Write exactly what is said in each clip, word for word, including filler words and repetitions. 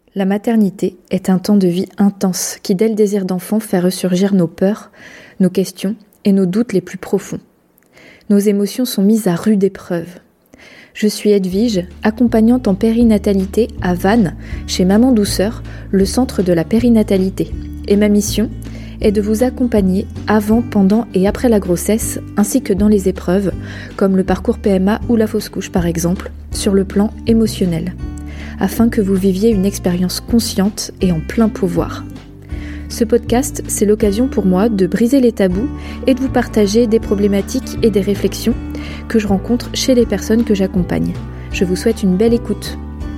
La maternité est un temps de vie intense qui, dès le désir d'enfant, fait ressurgir nos peurs, nos questions et nos doutes les plus profonds. Nos émotions sont mises à rude épreuve. Je suis Edwige, accompagnante en périnatalité à Vannes, chez Maman Douceur, le centre de la périnatalité. Et ma mission est de vous accompagner avant, pendant et après la grossesse, ainsi que dans les épreuves, comme le parcours P M A ou la fausse couche par exemple, sur le plan émotionnel, afin que vous viviez une expérience consciente et en plein pouvoir. Ce podcast, c'est l'occasion pour moi de briser les tabous et de vous partager des problématiques et des réflexions que je rencontre chez les personnes que j'accompagne. Je vous souhaite une belle écoute.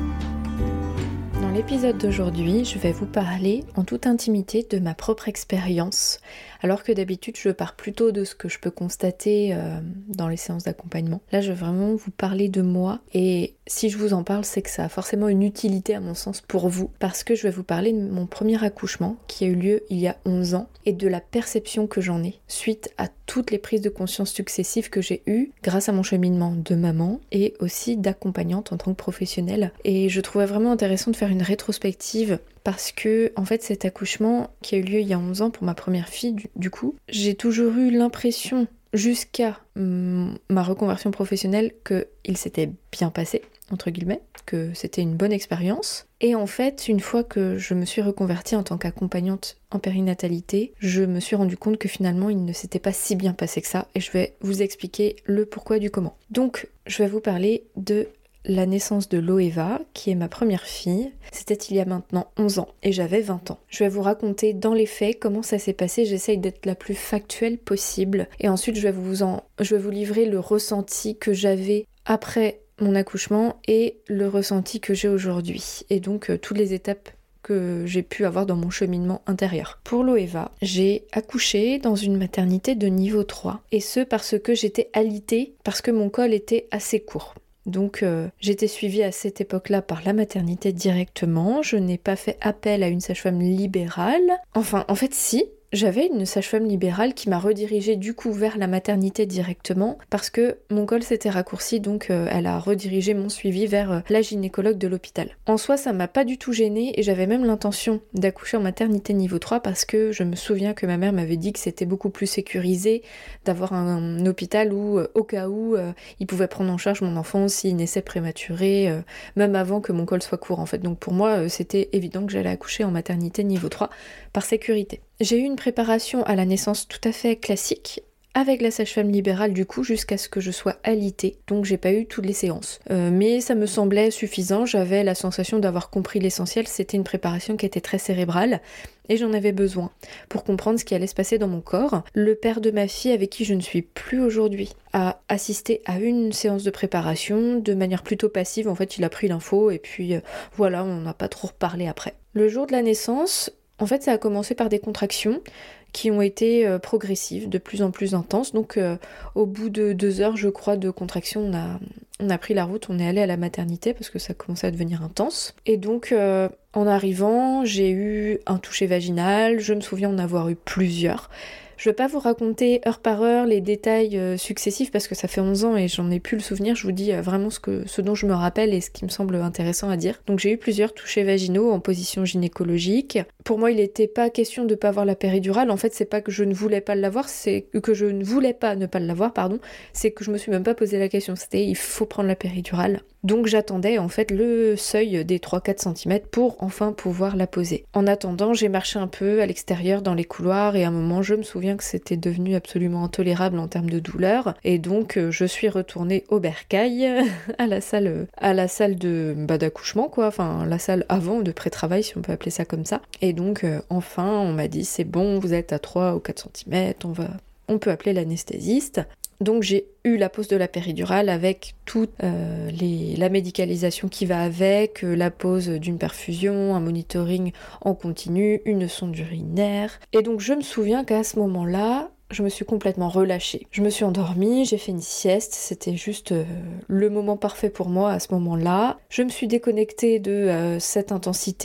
Dans l'épisode d'aujourd'hui, je vais vous parler en toute intimité de ma propre expérience, alors que d'habitude je pars plutôt de ce que je peux constater euh, dans les séances d'accompagnement. Là, je vais vraiment vous parler de moi, et si je vous en parle, c'est que ça a forcément une utilité à mon sens pour vous, parce que je vais vous parler de mon premier accouchement qui a eu lieu il y a onze ans et de la perception que j'en ai suite à toutes les prises de conscience successives que j'ai eues grâce à mon cheminement de maman et aussi d'accompagnante en tant que professionnelle. Et je trouvais vraiment intéressant de faire une rétrospective parce que, en fait, cet accouchement qui a eu lieu il y a onze ans pour ma première fille, du, du coup, j'ai toujours eu l'impression, jusqu'à hum, ma reconversion professionnelle, qu'il s'était bien passé, entre guillemets, que c'était une bonne expérience. Et en fait, une fois que je me suis reconvertie en tant qu'accompagnante en périnatalité, je me suis rendu compte que finalement, il ne s'était pas si bien passé que ça, et je vais vous expliquer le pourquoi du comment. Donc, je vais vous parler de la naissance de Loéva, qui est ma première fille. C'était il y a maintenant onze ans et j'avais vingt ans. Je vais vous raconter dans les faits comment ça s'est passé. J'essaye d'être la plus factuelle possible et ensuite je vais vous en, je vais vous livrer le ressenti que j'avais après mon accouchement et le ressenti que j'ai aujourd'hui, et donc euh, toutes les étapes que j'ai pu avoir dans mon cheminement intérieur. Pour Loéva, j'ai accouché dans une maternité de niveau trois, et ce parce que j'étais alitée, parce que mon col était assez court. Donc euh, j'étais suivie à cette époque-là par la maternité directement, je n'ai pas fait appel à une sage-femme libérale. Enfin, en fait si, j'avais une sage-femme libérale qui m'a redirigée du coup vers la maternité directement parce que mon col s'était raccourci, donc euh, elle a redirigé mon suivi vers euh, la gynécologue de l'hôpital. En soi, ça m'a pas du tout gênée et j'avais même l'intention d'accoucher en maternité niveau trois parce que je me souviens que ma mère m'avait dit que c'était beaucoup plus sécurisé d'avoir un, un hôpital où, euh, au cas où, euh, il pouvait prendre en charge mon enfant s'il naissait prématuré, euh, même avant que mon col soit court en fait. Donc pour moi, euh, c'était évident que j'allais accoucher en maternité niveau trois par sécurité. J'ai eu une préparation à la naissance tout à fait classique, avec la sage-femme libérale du coup, jusqu'à ce que je sois alitée, donc j'ai pas eu toutes les séances. Euh, mais ça me semblait suffisant, j'avais la sensation d'avoir compris l'essentiel, c'était une préparation qui était très cérébrale, et j'en avais besoin pour comprendre ce qui allait se passer dans mon corps. Le père de ma fille, avec qui je ne suis plus aujourd'hui, a assisté à une séance de préparation de manière plutôt passive, en fait il a pris l'info, et puis euh, voilà, on n'a pas trop reparlé après. Le jour de la naissance, en fait, ça a commencé par des contractions qui ont été euh, progressives, de plus en plus intenses. Donc, euh, au bout de deux heures, je crois, de contractions, on a, on a pris la route, on est allé à la maternité parce que ça commençait à devenir intense. Et donc, euh, en arrivant, j'ai eu un toucher vaginal. Je me souviens en avoir eu plusieurs. Je ne vais pas vous raconter heure par heure les détails euh, successifs parce que ça fait onze ans et j'en ai plus le souvenir. Je vous dis euh, vraiment ce, que, ce dont je me rappelle et ce qui me semble intéressant à dire. Donc j'ai eu plusieurs touchés vaginaux en position gynécologique. Pour moi, il n'était pas question de ne pas avoir la péridurale. En fait, c'est pas que je ne voulais pas l'avoir, c'est que je ne voulais pas ne pas l'avoir, pardon. C'est que je me suis même pas posé la question. C'était il faut prendre la péridurale. Donc j'attendais en fait le seuil des trois à quatre centimètres pour enfin pouvoir la poser. En attendant, j'ai marché un peu à l'extérieur dans les couloirs et à un moment je me souviens que c'était devenu absolument intolérable en termes de douleur et donc euh, je suis retournée au bercail à la salle à la salle de bah, d'accouchement quoi, enfin la salle avant de pré-travail si on peut appeler ça comme ça. Et donc euh, enfin on m'a dit c'est bon, vous êtes à trois ou quatre centimètres, on va on peut appeler l'anesthésiste. Donc j'ai eu la pose de la péridurale avec toute euh, les, la médicalisation qui va avec, euh, la pose d'une perfusion, un monitoring en continu, une sonde urinaire. Et donc je me souviens qu'à ce moment-là, je me suis complètement relâchée. Je me suis endormie, j'ai fait une sieste, c'était juste euh, le moment parfait pour moi à ce moment-là. Je me suis déconnectée de euh, cette intensité.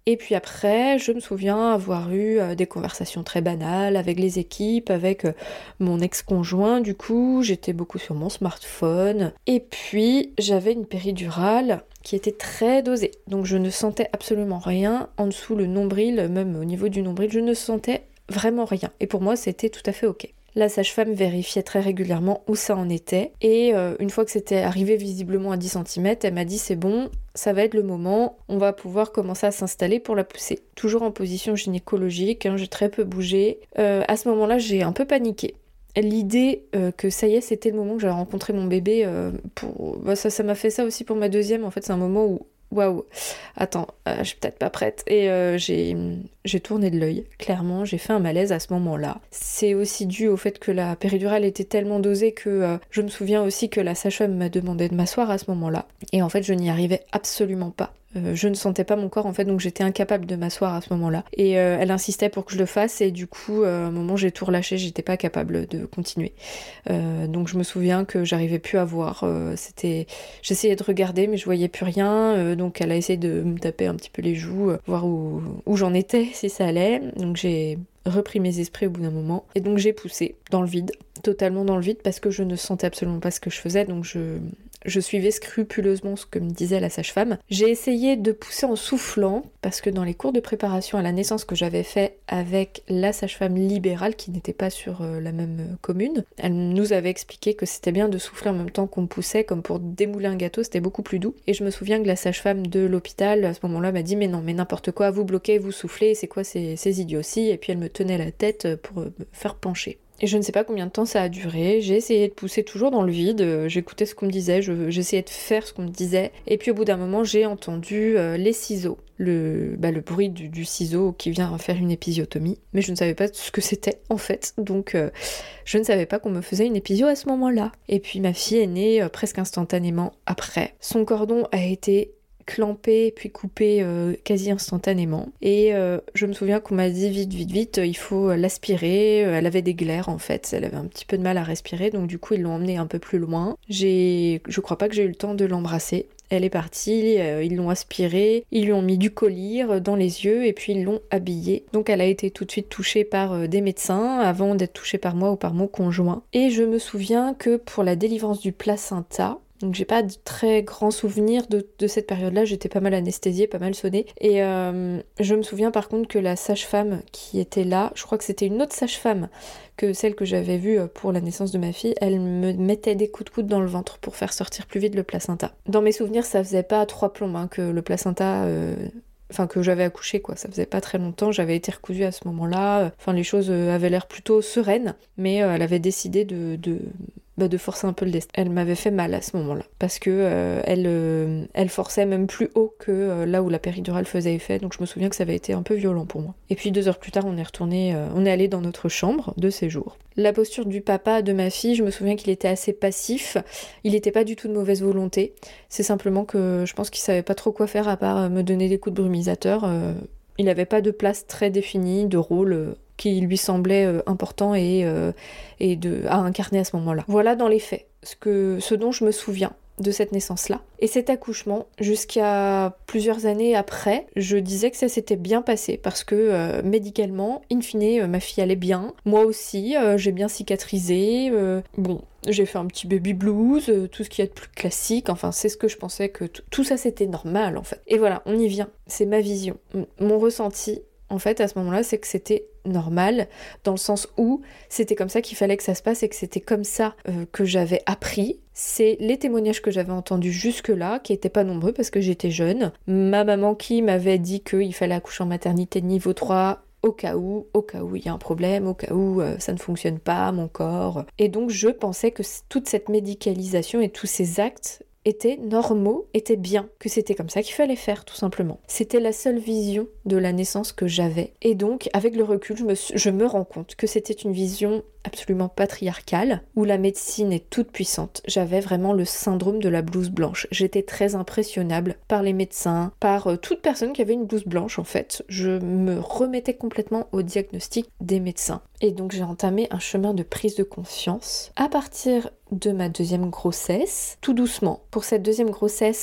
Et puis après, je me souviens avoir eu euh, des conversations très banales avec les équipes, avec euh, mon ex-conjoint, du coup, j'étais beaucoup sur mon smartphone. Et puis, j'avais une péridurale qui était très dosée. Donc je ne sentais absolument rien en dessous le nombril, même au niveau du nombril, je ne sentais vraiment rien. Et pour moi, c'était tout à fait ok. La sage-femme vérifiait très régulièrement où ça en était. Et euh, une fois que c'était arrivé visiblement à dix centimètres, elle m'a dit c'est bon, ça va être le moment, on va pouvoir commencer à s'installer pour la pousser. Toujours en position gynécologique, hein, j'ai très peu bougé. Euh, à ce moment-là, j'ai un peu paniqué. L'idée euh, que ça y est, c'était le moment que j'avais rencontré mon bébé, euh, pour... bah, ça, ça m'a fait ça aussi pour ma deuxième. En fait, c'est un moment où waouh, attends, euh, je suis peut-être pas prête. Et euh, j'ai, j'ai tourné de l'œil, clairement, j'ai fait un malaise à ce moment-là. C'est aussi dû au fait que la péridurale était tellement dosée que euh, je me souviens aussi que la sage-femme m'a demandé de m'asseoir à ce moment-là. Et en fait, je n'y arrivais absolument pas. Euh, je ne sentais pas mon corps en fait, donc j'étais incapable de m'asseoir à ce moment-là. Et euh, elle insistait pour que je le fasse et du coup, euh, à un moment j'ai tout relâché, j'étais pas capable de continuer. Euh, donc je me souviens que j'arrivais plus à voir. Euh, c'était, j'essayais de regarder mais je voyais plus rien. Euh, donc elle a essayé de me taper un petit peu les joues, euh, voir où, où j'en étais, si ça allait. Donc j'ai repris mes esprits au bout d'un moment et donc j'ai poussé dans le vide, totalement dans le vide parce que je ne sentais absolument pas ce que je faisais. Donc je Je suivais scrupuleusement ce que me disait la sage-femme. J'ai essayé de pousser en soufflant, parce que dans les cours de préparation à la naissance que j'avais fait avec la sage-femme libérale, qui n'était pas sur euh, la même commune, elle nous avait expliqué que c'était bien de souffler en même temps qu'on poussait, comme pour démouler un gâteau, c'était beaucoup plus doux. Et je me souviens que la sage-femme de l'hôpital, à ce moment-là, m'a dit « Mais non, mais n'importe quoi, vous bloquez, vous soufflez, c'est quoi ces, ces idioties ?» Et puis elle me tenait la tête pour me faire pencher. Et je ne sais pas combien de temps ça a duré, j'ai essayé de pousser toujours dans le vide, euh, j'écoutais ce qu'on me disait, je, j'essayais de faire ce qu'on me disait, et puis au bout d'un moment j'ai entendu euh, les ciseaux, le, bah, le bruit du, du ciseau qui vient faire une épisiotomie, mais je ne savais pas ce que c'était en fait, donc euh, je ne savais pas qu'on me faisait une épisio à ce moment-là. Et puis ma fille est née euh, presque instantanément après. Son cordon a été clampé puis coupé euh, quasi instantanément et euh, je me souviens qu'on m'a dit vite vite vite il faut l'aspirer, elle avait des glaires en fait, elle avait un petit peu de mal à respirer donc du coup ils l'ont emmenée un peu plus loin. J'ai, je crois pas que j'ai eu le temps de l'embrasser. Elle est partie, euh, ils l'ont aspirée, ils lui ont mis du collyre dans les yeux et puis ils l'ont habillée. Donc elle a été tout de suite touchée par euh, des médecins avant d'être touchée par moi ou par mon conjoint. Et je me souviens que pour la délivrance du placenta, donc j'ai pas de très grands souvenirs de, de cette période-là, j'étais pas mal anesthésiée, pas mal sonnée. Et euh, je me souviens par contre que la sage-femme qui était là, je crois que c'était une autre sage-femme que celle que j'avais vue pour la naissance de ma fille, elle me mettait des coups de coude dans le ventre pour faire sortir plus vite le placenta. Dans mes souvenirs, ça faisait pas trois plombs hein, que le placenta... Euh... Enfin, que j'avais accouché, quoi. Ça faisait pas très longtemps, j'avais été recousue à ce moment-là. Enfin, les choses avaient l'air plutôt sereines, mais euh, elle avait décidé de, de, bah, de forcer un peu le destin. Elle m'avait fait mal à ce moment-là, parce que euh, elle, euh, elle forçait même plus haut que euh, là où la péridurale faisait effet, donc je me souviens que ça avait été un peu violent pour moi. Et puis deux heures plus tard, on est retourné, euh, on est allé dans notre chambre de séjour. La posture du papa de ma fille, je me souviens qu'il était assez passif, il était pas du tout de mauvaise volonté, c'est simplement que je pense qu'il savait pas trop quoi faire à part me donner des coups de brumisateur. Euh, il n'avait pas de place très définie, de rôle euh, qui lui semblait euh, important et, euh, et de, à incarner à ce moment-là. Voilà dans les faits, ce, que, ce dont je me souviens de cette naissance-là. Et cet accouchement, jusqu'à plusieurs années après, je disais que ça s'était bien passé parce que euh, médicalement, in fine, euh, ma fille allait bien. Moi aussi, euh, j'ai bien cicatrisé. Euh, bon, j'ai fait un petit baby blues, euh, tout ce qu'il y a de plus classique. Enfin, c'est ce que je pensais que t- tout ça c'était normal en fait. Et voilà, on y vient. C'est ma vision. M- mon ressenti, en fait, à ce moment-là, c'est que c'était normal, dans le sens où c'était comme ça qu'il fallait que ça se passe et que c'était comme ça euh, que j'avais appris. C'est les témoignages que j'avais entendus jusque-là, qui étaient pas nombreux parce que j'étais jeune. Ma maman qui m'avait dit qu'il fallait accoucher en maternité de niveau trois, au cas où, au cas où il y a un problème, au cas où euh, ça ne fonctionne pas, mon corps. Et donc je pensais que toute cette médicalisation et tous ces actes étaient normaux, étaient bien, que c'était comme ça qu'il fallait faire, tout simplement. C'était la seule vision de la naissance que j'avais. Et donc, avec le recul, je me, je me rends compte que c'était une vision absolument patriarcale, où la médecine est toute puissante. J'avais vraiment le syndrome de la blouse blanche. J'étais très impressionnable par les médecins, par euh, toute personne qui avait une blouse blanche, en fait. Je me remettais complètement au diagnostic des médecins. Et donc, j'ai entamé un chemin de prise de conscience à partir de ma deuxième grossesse, tout doucement. Pour cette deuxième grossesse,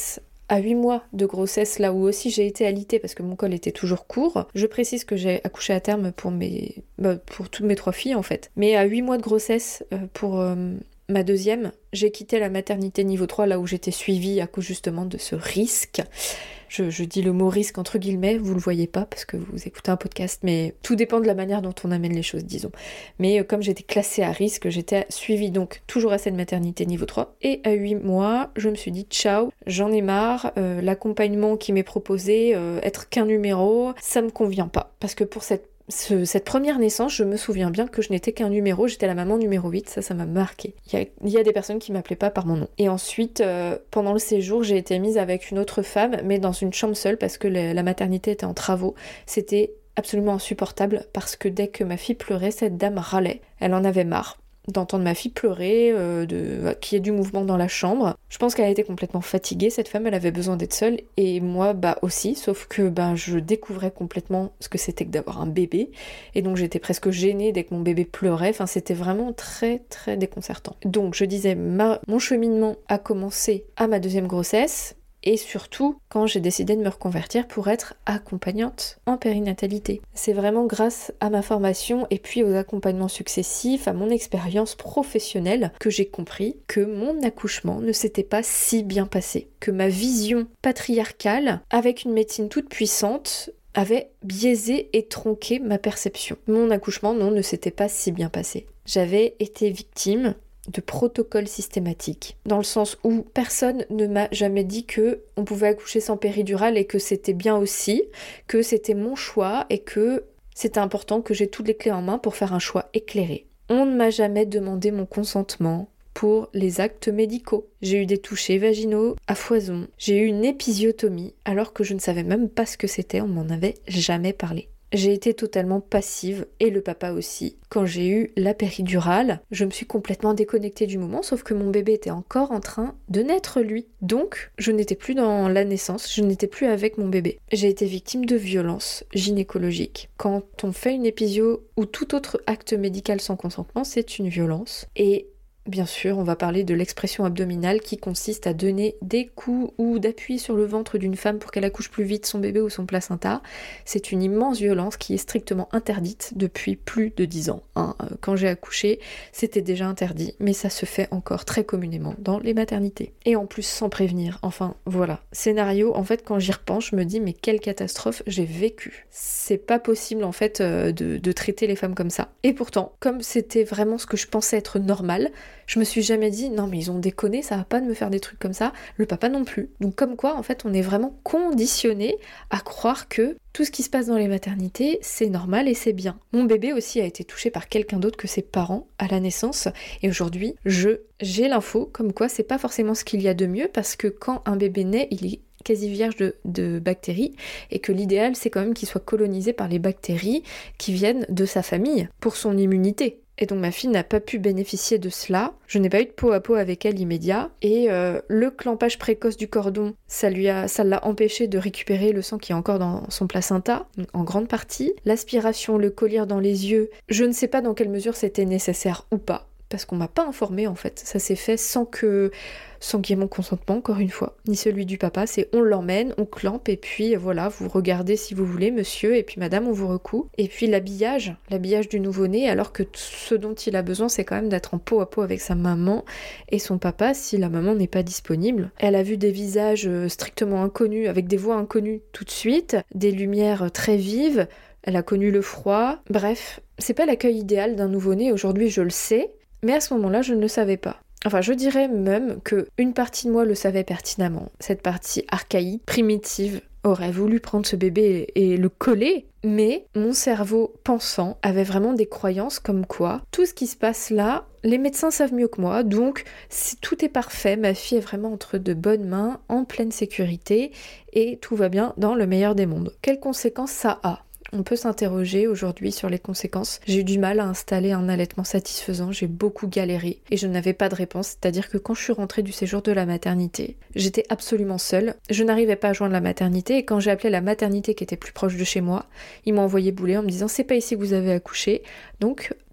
À huit mois de grossesse, là où aussi j'ai été alitée parce que mon col était toujours court, je précise que j'ai accouché à terme pour mes, bah, pour toutes mes trois filles en fait. Mais à huit mois de grossesse, euh, pour euh, ma deuxième, j'ai quitté la maternité niveau trois, là où j'étais suivie à cause justement de ce risque. Je, je dis le mot risque entre guillemets, vous le voyez pas parce que vous écoutez un podcast, mais tout dépend de la manière dont on amène les choses, disons. Mais euh, comme j'étais classée à risque, j'étais suivie donc toujours à cette maternité niveau trois, et à huit mois, je me suis dit ciao, j'en ai marre, euh, l'accompagnement qui m'est proposé, euh, être qu'un numéro, ça me convient pas. Parce que pour cette Ce, cette première naissance, je me souviens bien que je n'étais qu'un numéro, j'étais la maman numéro huit, ça, ça m'a marqué. Il y a, il y a des personnes qui m'appelaient pas par mon nom. Et ensuite, euh, pendant le séjour, j'ai été mise avec une autre femme, mais dans une chambre seule, parce que le, la maternité était en travaux. C'était absolument insupportable, parce que dès que ma fille pleurait, cette dame râlait. Elle en avait marre d'entendre ma fille pleurer, euh, de, qu'il y ait du mouvement dans la chambre. Je pense qu'elle était complètement fatiguée, cette femme, elle avait besoin d'être seule, et moi, bah aussi, sauf que bah, je découvrais complètement ce que c'était que d'avoir un bébé, et donc j'étais presque gênée dès que mon bébé pleurait, enfin c'était vraiment très très déconcertant. Donc je disais, ma, mon cheminement a commencé à ma deuxième grossesse, et surtout quand j'ai décidé de me reconvertir pour être accompagnante en périnatalité. C'est vraiment grâce à ma formation et puis aux accompagnements successifs, à mon expérience professionnelle, que j'ai compris que mon accouchement ne s'était pas si bien passé, que ma vision patriarcale, avec une médecine toute puissante, avait biaisé et tronqué ma perception. Mon accouchement, non, ne s'était pas si bien passé. J'avais été victime de protocole systématique, dans le sens où personne ne m'a jamais dit que on pouvait accoucher sans péridurale et que c'était bien aussi, que c'était mon choix et que c'était important que j'ai toutes les clés en main pour faire un choix éclairé. On ne m'a jamais demandé mon consentement pour les actes médicaux. J'ai eu des touchés vaginaux à foison, j'ai eu une épisiotomie alors que je ne savais même pas ce que c'était, on m'en avait jamais parlé. J'ai été totalement passive, et le papa aussi. Quand j'ai eu la péridurale, je me suis complètement déconnectée du moment, sauf que mon bébé était encore en train de naître, lui. Donc, je n'étais plus dans la naissance, je n'étais plus avec mon bébé. J'ai été victime de violences gynécologiques. Quand on fait une épisio ou tout autre acte médical sans consentement, c'est une violence. Et bien sûr, on va parler de l'expression abdominale qui consiste à donner des coups ou d'appui sur le ventre d'une femme pour qu'elle accouche plus vite son bébé ou son placenta. C'est une immense violence qui est strictement interdite depuis plus de dix ans. Hein. Quand j'ai accouché, c'était déjà interdit, mais ça se fait encore très communément dans les maternités. Et en plus, sans prévenir. Enfin, voilà. Scénario, en fait, quand j'y repense, je me dis, mais quelle catastrophe j'ai vécu. C'est pas possible, en fait, de, de traiter les femmes comme ça. Et pourtant, comme c'était vraiment ce que je pensais être normal, je me suis jamais dit, non mais ils ont déconné, ça va pas de me faire des trucs comme ça, le papa non plus. Donc comme quoi, en fait, on est vraiment conditionné à croire que tout ce qui se passe dans les maternités, c'est normal et c'est bien. Mon bébé aussi a été touché par quelqu'un d'autre que ses parents à la naissance, et aujourd'hui, je j'ai l'info comme quoi c'est pas forcément ce qu'il y a de mieux, parce que quand un bébé naît, il est quasi vierge de, de bactéries, et que l'idéal c'est quand même qu'il soit colonisé par les bactéries qui viennent de sa famille pour son immunité. Et donc ma fille n'a pas pu bénéficier de cela. Je n'ai pas eu de peau à peau avec elle immédiat. Et euh, le clampage précoce du cordon, ça lui a, ça l'a empêché de récupérer le sang qui est encore dans son placenta, en grande partie. L'aspiration, le collyre dans les yeux, je ne sais pas dans quelle mesure c'était nécessaire ou pas, parce qu'on m'a pas informée en fait. Ça s'est fait sans que, sans qu'il y ait mon consentement, encore une fois, ni celui du papa. C'est on l'emmène, on clampe, et puis voilà, vous regardez si vous voulez, monsieur, et puis madame, on vous recoue. Et puis l'habillage, l'habillage du nouveau-né, alors que ce dont il a besoin, c'est quand même d'être en peau à peau avec sa maman et son papa, si la maman n'est pas disponible. Elle a vu des visages strictement inconnus, avec des voix inconnues tout de suite, des lumières très vives, elle a connu le froid. Bref, c'est pas l'accueil idéal d'un nouveau-né, aujourd'hui je le sais, mais à ce moment-là, je ne le savais pas. Enfin, je dirais même que une partie de moi le savait pertinemment. Cette partie archaïque, primitive, aurait voulu prendre ce bébé et le coller, mais mon cerveau pensant avait vraiment des croyances comme quoi tout ce qui se passe là, les médecins savent mieux que moi, donc tout est parfait, ma fille est vraiment entre de bonnes mains, en pleine sécurité, et tout va bien dans le meilleur des mondes. Quelles conséquences ça a ? On peut s'interroger aujourd'hui sur les conséquences. J'ai eu du mal à installer un allaitement satisfaisant, j'ai beaucoup galéré et je n'avais pas de réponse, c'est-à-dire que quand je suis rentrée du séjour de la maternité, j'étais absolument seule, je n'arrivais pas à joindre la maternité, et quand j'ai appelé la maternité qui était plus proche de chez moi, ils m'ont envoyé bouler en me disant c'est pas ici que vous avez accouché, donc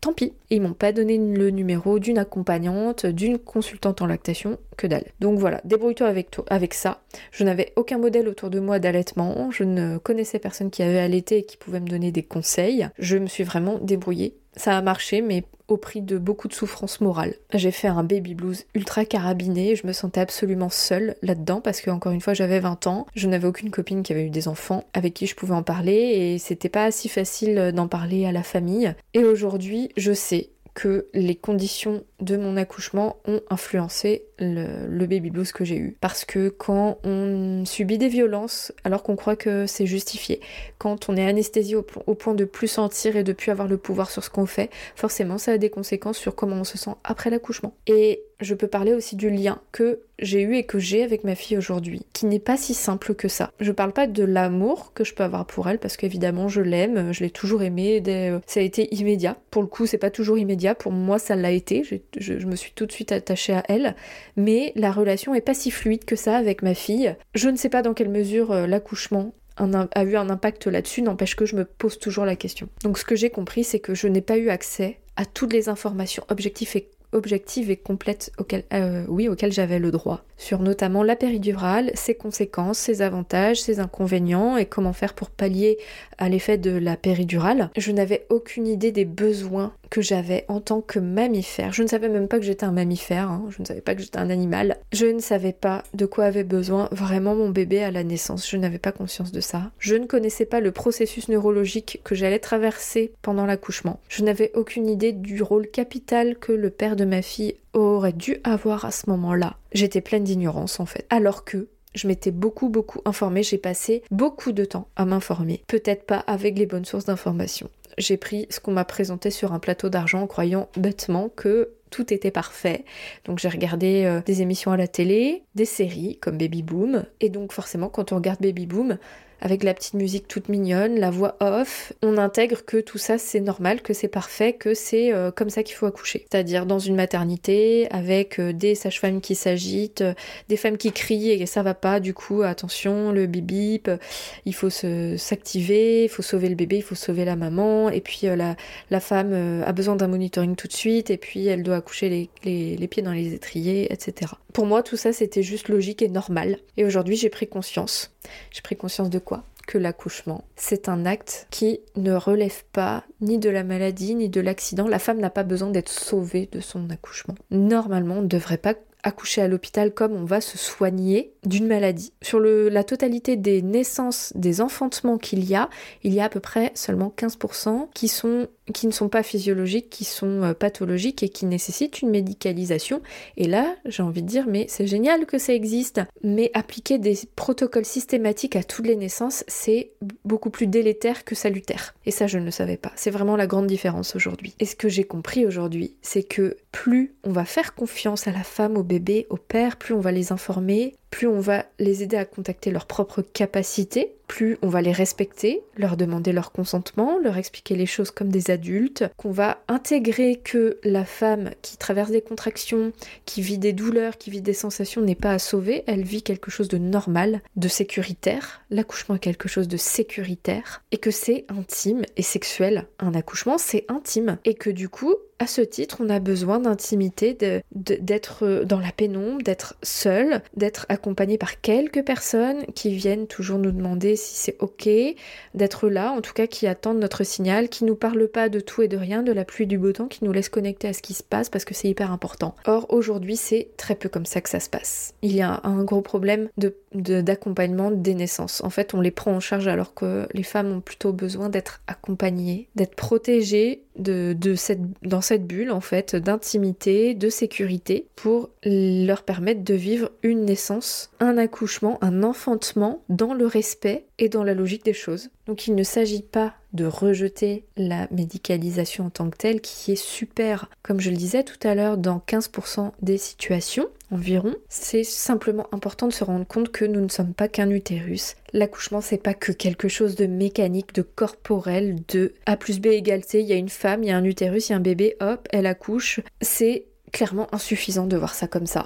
tant pis. Et ils m'ont pas donné le numéro d'une accompagnante, d'une consultante en lactation, que dalle. Donc voilà, débrouille-toi avec, toi, avec ça. Je n'avais aucun modèle autour de moi d'allaitement, je ne connaissais personne qui avait allaité et qui pouvait me donner des conseils. Je me suis vraiment débrouillée. Ça a marché, mais au prix de beaucoup de souffrance morale. J'ai fait un baby blues ultra carabiné, je me sentais absolument seule là-dedans parce que, encore une fois, j'avais vingt ans, je n'avais aucune copine qui avait eu des enfants avec qui je pouvais en parler et c'était pas si facile d'en parler à la famille. Et aujourd'hui, je sais que les conditions de mon accouchement ont influencé le, le baby blues que j'ai eu. Parce que quand on subit des violences, alors qu'on croit que c'est justifié, quand on est anesthésié au, au point de plus sentir et de plus avoir le pouvoir sur ce qu'on fait, forcément ça a des conséquences sur comment on se sent après l'accouchement. Et je peux parler aussi du lien que j'ai eu et que j'ai avec ma fille aujourd'hui, qui n'est pas si simple que ça. Je parle pas de l'amour que je peux avoir pour elle, parce qu'évidemment je l'aime, je l'ai toujours aimée, dès... ça a été immédiat. Pour le coup, c'est pas toujours immédiat, pour moi ça l'a été, je, je, je me suis tout de suite attachée à elle, mais la relation est pas si fluide que ça avec ma fille. Je ne sais pas dans quelle mesure euh, l'accouchement Un, a eu un impact là-dessus, n'empêche que je me pose toujours la question. Donc ce que j'ai compris, c'est que je n'ai pas eu accès à toutes les informations objectives et objectives et complètes auxquelles, euh, oui, auxquelles j'avais le droit, sur notamment la péridurale, ses conséquences, ses avantages, ses inconvénients et comment faire pour pallier à l'effet de la péridurale. Je n'avais aucune idée des besoins que j'avais en tant que mammifère. Je ne savais même pas que j'étais un mammifère, hein. Je ne savais pas que j'étais un animal. Je ne savais pas de quoi avait besoin vraiment mon bébé à la naissance. Je n'avais pas conscience de ça. Je ne connaissais pas le processus neurologique que j'allais traverser pendant l'accouchement. Je n'avais aucune idée du rôle capital que le père de ma fille aurait dû avoir à ce moment-là. J'étais pleine d'ignorance en fait. Alors que je m'étais beaucoup beaucoup informée, j'ai passé beaucoup de temps à m'informer. Peut-être pas avec les bonnes sources d'information. J'ai pris ce qu'on m'a présenté sur un plateau d'argent en croyant bêtement que tout était parfait. Donc j'ai regardé euh, des émissions à la télé, des séries comme Baby Boom. Et donc forcément quand on regarde Baby Boom, avec la petite musique toute mignonne, la voix off, on intègre que tout ça c'est normal, que c'est parfait, que c'est euh, comme ça qu'il faut accoucher. C'est-à-dire dans une maternité, avec euh, des sages-femmes qui s'agitent, euh, des femmes qui crient et ça va pas, du coup attention, le bip bip, euh, il faut se, s'activer, il faut sauver le bébé, il faut sauver la maman, et puis euh, la, la femme euh, a besoin d'un monitoring tout de suite, et puis elle doit accoucher les, les, les pieds dans les étriers, et cetera. Pour moi tout ça c'était juste logique et normal. Et aujourd'hui j'ai pris conscience. J'ai pris conscience de quoi ? Que l'accouchement, c'est un acte qui ne relève pas ni de la maladie, ni de l'accident. La femme n'a pas besoin d'être sauvée de son accouchement. Normalement, on ne devrait pas accoucher à l'hôpital comme on va se soigner d'une maladie. Sur le, la totalité des naissances, des enfantements qu'il y a, il y a à peu près seulement quinze pour cent qui sont qui ne sont pas physiologiques, qui sont euh, pathologiques et qui nécessitent une médicalisation. Et là, j'ai envie de dire, mais c'est génial que ça existe. Mais appliquer des protocoles systématiques à toutes les naissances, c'est beaucoup plus délétère que salutaire. Et ça, je ne le savais pas. C'est vraiment la grande différence aujourd'hui. Et ce que j'ai compris aujourd'hui, c'est que plus on va faire confiance à la femme, au bébé, au père, plus on va les informer, plus on va les aider à contacter leurs propres capacités, plus on va les respecter, leur demander leur consentement, leur expliquer les choses comme des adultes, qu'on va intégrer que la femme qui traverse des contractions, qui vit des douleurs, qui vit des sensations n'est pas à sauver, elle vit quelque chose de normal, de sécuritaire, l'accouchement est quelque chose de sécuritaire, et que c'est intime et sexuel. Un accouchement, c'est intime, et que du coup, à ce titre, on a besoin d'intimité, de, de, d'être dans la pénombre, d'être seul, d'être accompagné par quelques personnes qui viennent toujours nous demander si c'est ok, d'être là, en tout cas qui attendent notre signal, qui nous parlent pas de tout et de rien, de la pluie et du beau temps, qui nous laissent connecter à ce qui se passe parce que c'est hyper important. Or, aujourd'hui, c'est très peu comme ça que ça se passe. Il y a un gros problème de, de, d'accompagnement des naissances. En fait, on les prend en charge alors que les femmes ont plutôt besoin d'être accompagnées, d'être protégées de, de cette, dans cette bulle en fait d'intimité, de sécurité pour leur permettre de vivre une naissance, un accouchement, un enfantement dans le respect et dans la logique des choses. Donc il ne s'agit pas de rejeter la médicalisation en tant que telle qui est super. Comme je le disais tout à l'heure, dans quinze pour cent des situations environ, c'est simplement important de se rendre compte que nous ne sommes pas qu'un utérus. L'accouchement, c'est pas que quelque chose de mécanique, de corporel, de A plus B égale C, il y a une femme, il y a un utérus, il y a un bébé, hop, elle accouche. C'est clairement insuffisant de voir ça comme ça.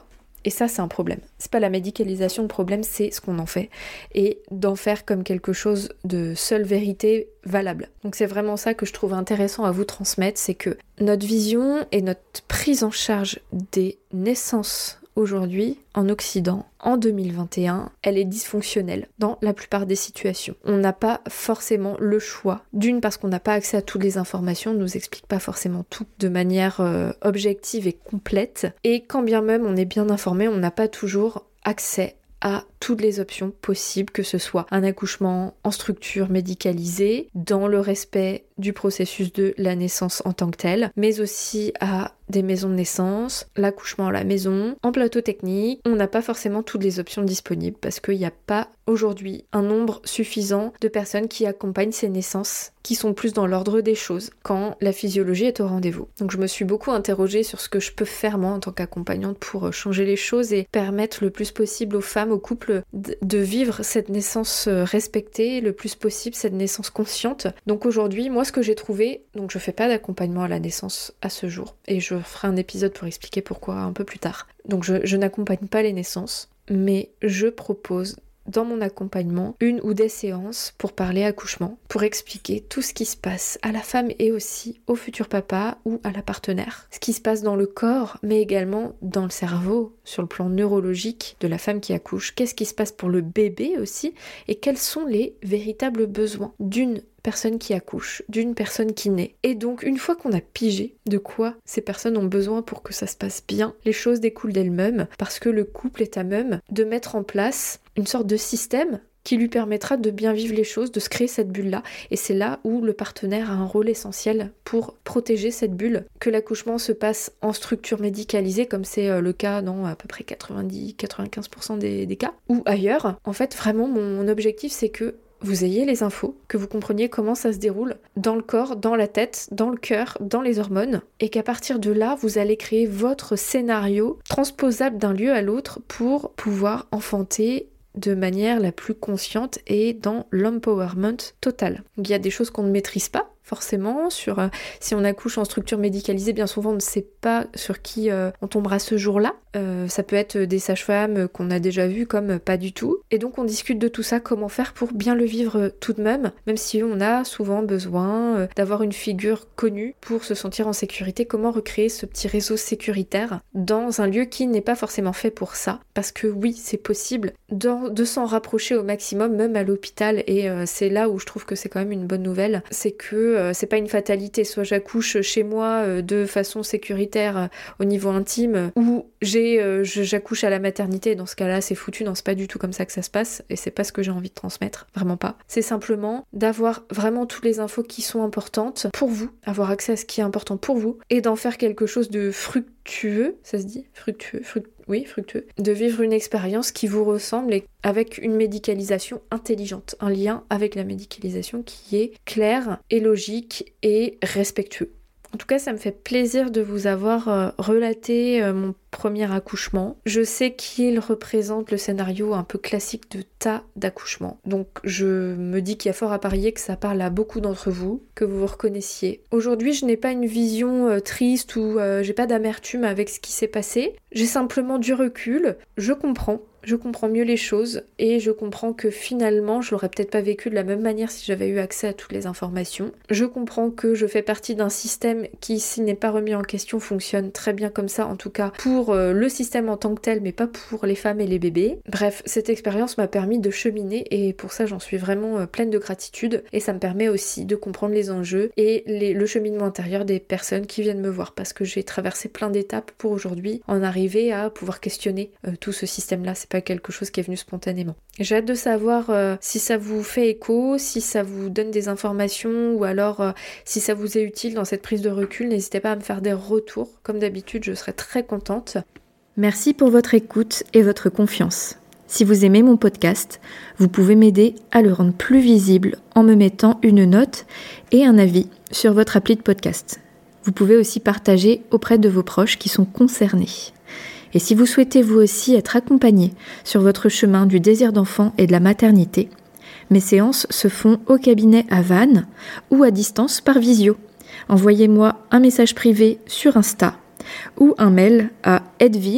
Et ça, c'est un problème. C'est pas la médicalisation le problème, c'est ce qu'on en fait. Et d'en faire comme quelque chose de seule vérité valable. Donc c'est vraiment ça que je trouve intéressant à vous transmettre, c'est que notre vision et notre prise en charge des naissances aujourd'hui, en Occident, en deux mille vingt et un, elle est dysfonctionnelle dans la plupart des situations. On n'a pas forcément le choix. D'une, parce qu'on n'a pas accès à toutes les informations, on ne nous explique pas forcément tout de manière euh, objective et complète. Et quand bien même on est bien informé, on n'a pas toujours accès à toutes les options possibles, que ce soit un accouchement en structure médicalisée, dans le respect du processus de la naissance en tant que tel, mais aussi à des maisons de naissance, l'accouchement à la maison, en plateau technique. On n'a pas forcément toutes les options disponibles parce qu'il n'y a pas aujourd'hui un nombre suffisant de personnes qui accompagnent ces naissances, qui sont plus dans l'ordre des choses, quand la physiologie est au rendez-vous. Donc je me suis beaucoup interrogée sur ce que je peux faire moi en tant qu'accompagnante pour changer les choses et permettre le plus possible aux femmes, aux couples de vivre cette naissance respectée, le plus possible cette naissance consciente. Donc aujourd'hui, moi ce que j'ai trouvé, donc je fais pas d'accompagnement à la naissance à ce jour, et je ferai un épisode pour expliquer pourquoi un peu plus tard. Donc je, je n'accompagne pas les naissances, mais je propose dans mon accompagnement une ou des séances pour parler accouchement, pour expliquer tout ce qui se passe à la femme et aussi au futur papa ou à la partenaire. Ce qui se passe dans le corps, mais également dans le cerveau, sur le plan neurologique de la femme qui accouche. Qu'est-ce qui se passe pour le bébé aussi, et quels sont les véritables besoins d'une personne qui accouche, d'une personne qui naît. Et donc, une fois qu'on a pigé de quoi ces personnes ont besoin pour que ça se passe bien, les choses découlent d'elles-mêmes, parce que le couple est à même de mettre en place une sorte de système qui lui permettra de bien vivre les choses, de se créer cette bulle-là. Et c'est là où le partenaire a un rôle essentiel pour protéger cette bulle. Que l'accouchement se passe en structure médicalisée, comme c'est le cas dans à peu près quatre-vingt-dix à quatre-vingt-quinze pour cent des, des cas, ou ailleurs. En fait, vraiment, mon objectif, c'est que vous ayez les infos, que vous compreniez comment ça se déroule dans le corps, dans la tête, dans le cœur, dans les hormones, et qu'à partir de là, vous allez créer votre scénario transposable d'un lieu à l'autre pour pouvoir enfanter de manière la plus consciente et dans l'empowerment total. Il y a des choses qu'on ne maîtrise pas, forcément, sur euh, si on accouche en structure médicalisée, bien souvent on ne sait pas sur qui euh, on tombera ce jour-là. Euh, ça peut être des sages-femmes qu'on a déjà vues comme pas du tout. Et donc on discute de tout ça, comment faire pour bien le vivre tout de même, même si on a souvent besoin euh, d'avoir une figure connue pour se sentir en sécurité. Comment recréer ce petit réseau sécuritaire dans un lieu qui n'est pas forcément fait pour ça. Parce que oui, c'est possible de, de s'en rapprocher au maximum, même à l'hôpital. Et euh, c'est là où je trouve que c'est quand même une bonne nouvelle. C'est que Euh, c'est pas une fatalité, soit j'accouche chez moi euh, de façon sécuritaire euh, au niveau intime, ou j'ai, euh, j'accouche à la maternité, dans ce cas-là c'est foutu. Non, c'est pas du tout comme ça que ça se passe, et c'est pas ce que j'ai envie de transmettre, vraiment pas. C'est simplement d'avoir vraiment toutes les infos qui sont importantes pour vous, avoir accès à ce qui est important pour vous, et d'en faire quelque chose de fructueux, ça se dit Fructueux, fructueux. Oui, fructueux, de vivre une expérience qui vous ressemble et avec une médicalisation intelligente, un lien avec la médicalisation qui est clair et logique et respectueux. En tout cas, ça me fait plaisir de vous avoir euh, relaté euh, mon premier accouchement. Je sais qu'il représente le scénario un peu classique de tas d'accouchements. Donc je me dis qu'il y a fort à parier que ça parle à beaucoup d'entre vous, que vous vous reconnaissiez. Aujourd'hui, je n'ai pas une vision euh, triste ou euh, j'ai pas d'amertume avec ce qui s'est passé. J'ai simplement du recul. Je comprends. Je comprends mieux les choses et je comprends que finalement je l'aurais peut-être pas vécu de la même manière si j'avais eu accès à toutes les informations. Je comprends que je fais partie d'un système qui, s'il n'est pas remis en question, fonctionne très bien comme ça, en tout cas pour euh, le système en tant que tel, mais pas pour les femmes et les bébés. Bref, cette expérience m'a permis de cheminer et pour ça j'en suis vraiment euh, pleine de gratitude, et ça me permet aussi de comprendre les enjeux et les, le cheminement intérieur des personnes qui viennent me voir, parce que j'ai traversé plein d'étapes pour aujourd'hui en arriver à pouvoir questionner euh, tout ce système-là. C'est pas quelque chose qui est venu spontanément. J'ai hâte de savoir euh, si ça vous fait écho, si ça vous donne des informations, ou alors euh, si ça vous est utile dans cette prise de recul. N'hésitez pas à me faire des retours. Comme d'habitude, je serai très contente. Merci pour votre écoute et votre confiance. Si vous aimez mon podcast, vous pouvez m'aider à le rendre plus visible en me mettant une note et un avis sur votre appli de podcast. Vous pouvez aussi partager auprès de vos proches qui sont concernés. Et si vous souhaitez vous aussi être accompagné sur votre chemin du désir d'enfant et de la maternité, mes séances se font au cabinet à Vannes ou à distance par visio. Envoyez-moi un message privé sur Insta ou un mail à edwige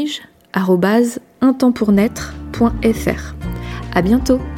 arobase un temps pour naître point f r. À bientôt!